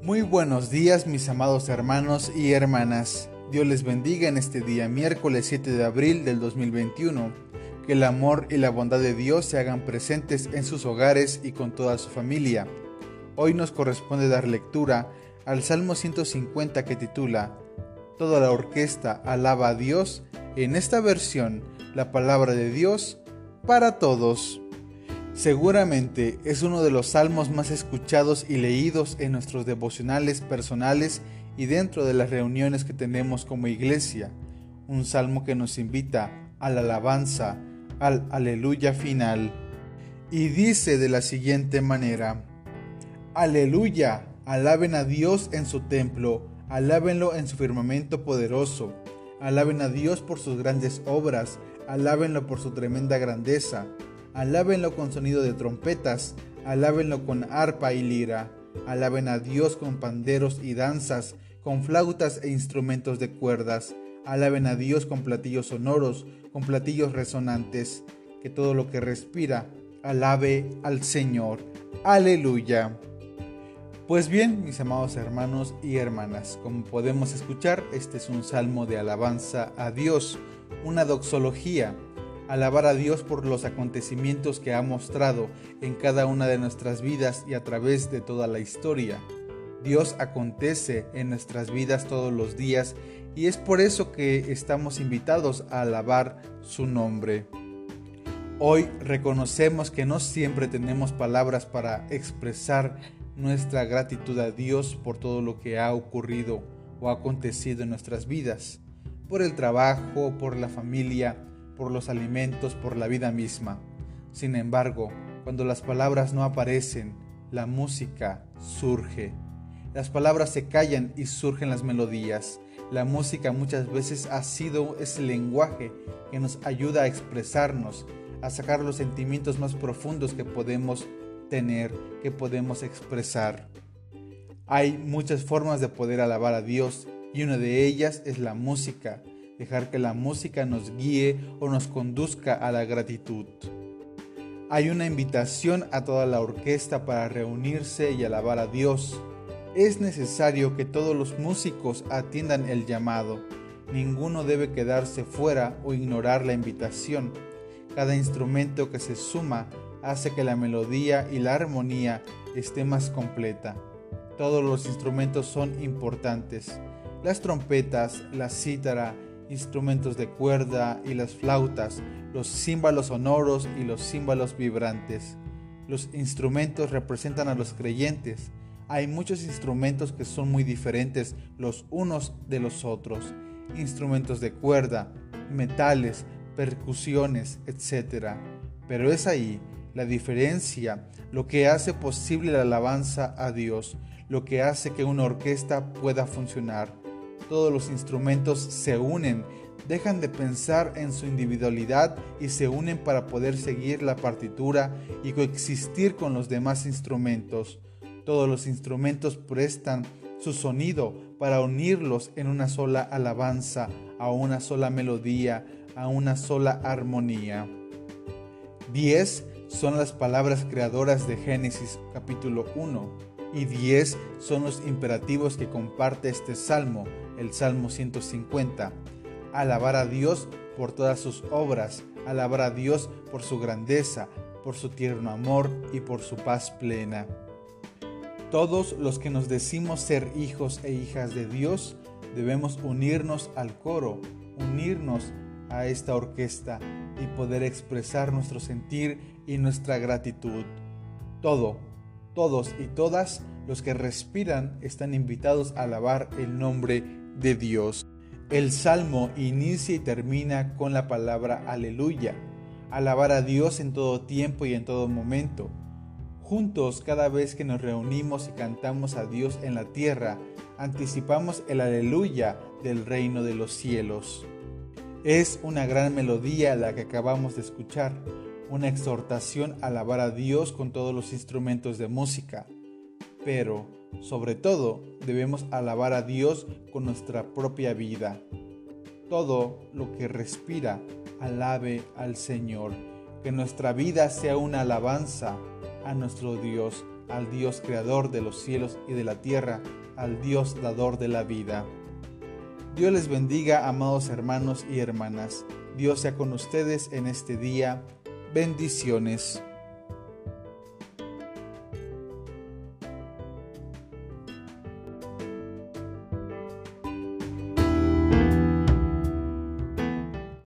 Muy buenos días, mis amados hermanos y hermanas. Dios les bendiga en este día, miércoles 7 de abril del 2021. Que el amor y la bondad de Dios se hagan presentes en sus hogares y con toda su familia. Hoy nos corresponde dar lectura al Salmo 150 que titula Toda la orquesta alaba a Dios. En esta versión, la palabra de Dios para todos. Seguramente es uno de los salmos más escuchados y leídos en nuestros devocionales personales y dentro de las reuniones que tenemos como iglesia. Un salmo que nos invita a la alabanza, al aleluya final. Y dice de la siguiente manera: Aleluya, alaben a Dios en su templo, alábenlo en su firmamento poderoso, alaben a Dios por sus grandes obras, alábenlo por su tremenda grandeza. Alábenlo con sonido de trompetas, alábenlo con arpa y lira, alaben a Dios con panderos y danzas, con flautas e instrumentos de cuerdas, alaben a Dios con platillos sonoros, con platillos resonantes, que todo lo que respira, alabe al Señor. Aleluya. Pues bien, mis amados hermanos y hermanas, como podemos escuchar, este es un salmo de alabanza a Dios, una doxología. Alabar a Dios por los acontecimientos que ha mostrado en cada una de nuestras vidas y a través de toda la historia. Dios acontece en nuestras vidas todos los días y es por eso que estamos invitados a alabar su nombre. Hoy reconocemos que no siempre tenemos palabras para expresar nuestra gratitud a Dios por todo lo que ha ocurrido o acontecido en nuestras vidas, por el trabajo, por la familia, por los alimentos, por la vida misma. Sin embargo, cuando las palabras no aparecen, la música surge. Las palabras se callan y surgen las melodías. La música muchas veces ha sido ese lenguaje que nos ayuda a expresarnos, a sacar los sentimientos más profundos que podemos tener, que podemos expresar. Hay muchas formas de poder alabar a Dios y una de ellas es la música. Dejar que la música nos guíe o nos conduzca a la gratitud. Hay una invitación a toda la orquesta para reunirse y alabar a Dios. Es necesario que todos los músicos atiendan el llamado. Ninguno debe quedarse fuera o ignorar la invitación. Cada instrumento que se suma hace que la melodía y la armonía esté más completa. Todos los instrumentos son importantes. Las trompetas, la cítara, instrumentos de cuerda y las flautas, los címbalos sonoros y los címbalos vibrantes. Los instrumentos representan a los creyentes. Hay muchos instrumentos que son muy diferentes los unos de los otros. Instrumentos de cuerda, metales, percusiones, etc. Pero es ahí la diferencia, lo que hace posible la alabanza a Dios, lo que hace que una orquesta pueda funcionar. Todos los instrumentos se unen, dejan de pensar en su individualidad y se unen para poder seguir la partitura y coexistir con los demás instrumentos. Todos los instrumentos prestan su sonido para unirlos en una sola alabanza, a una sola melodía, a una sola armonía. 10 son las palabras creadoras de Génesis capítulo 1 y 10 son los imperativos que comparte este salmo, el Salmo 150. Alabar a Dios por todas sus obras, alabar a Dios por su grandeza, por su tierno amor y por su paz plena. Todos los que nos decimos ser hijos e hijas de Dios debemos unirnos al coro, unirnos a esta orquesta y poder expresar nuestro sentir y nuestra gratitud. Todos y todas los que respiran están invitados a alabar el nombre de Dios. El salmo inicia y termina con la palabra aleluya, alabar a Dios en todo tiempo y en todo momento. Juntos, cada vez que nos reunimos y cantamos a Dios en la tierra, anticipamos el aleluya del reino de los cielos. Es una gran melodía la que acabamos de escuchar, una exhortación a alabar a Dios con todos los instrumentos de música. Pero, sobre todo, debemos alabar a Dios con nuestra propia vida. Todo lo que respira, alabe al Señor. Que nuestra vida sea una alabanza a nuestro Dios, al Dios creador de los cielos y de la tierra, al Dios dador de la vida. Dios les bendiga, amados hermanos y hermanas. Dios sea con ustedes en este día. Bendiciones.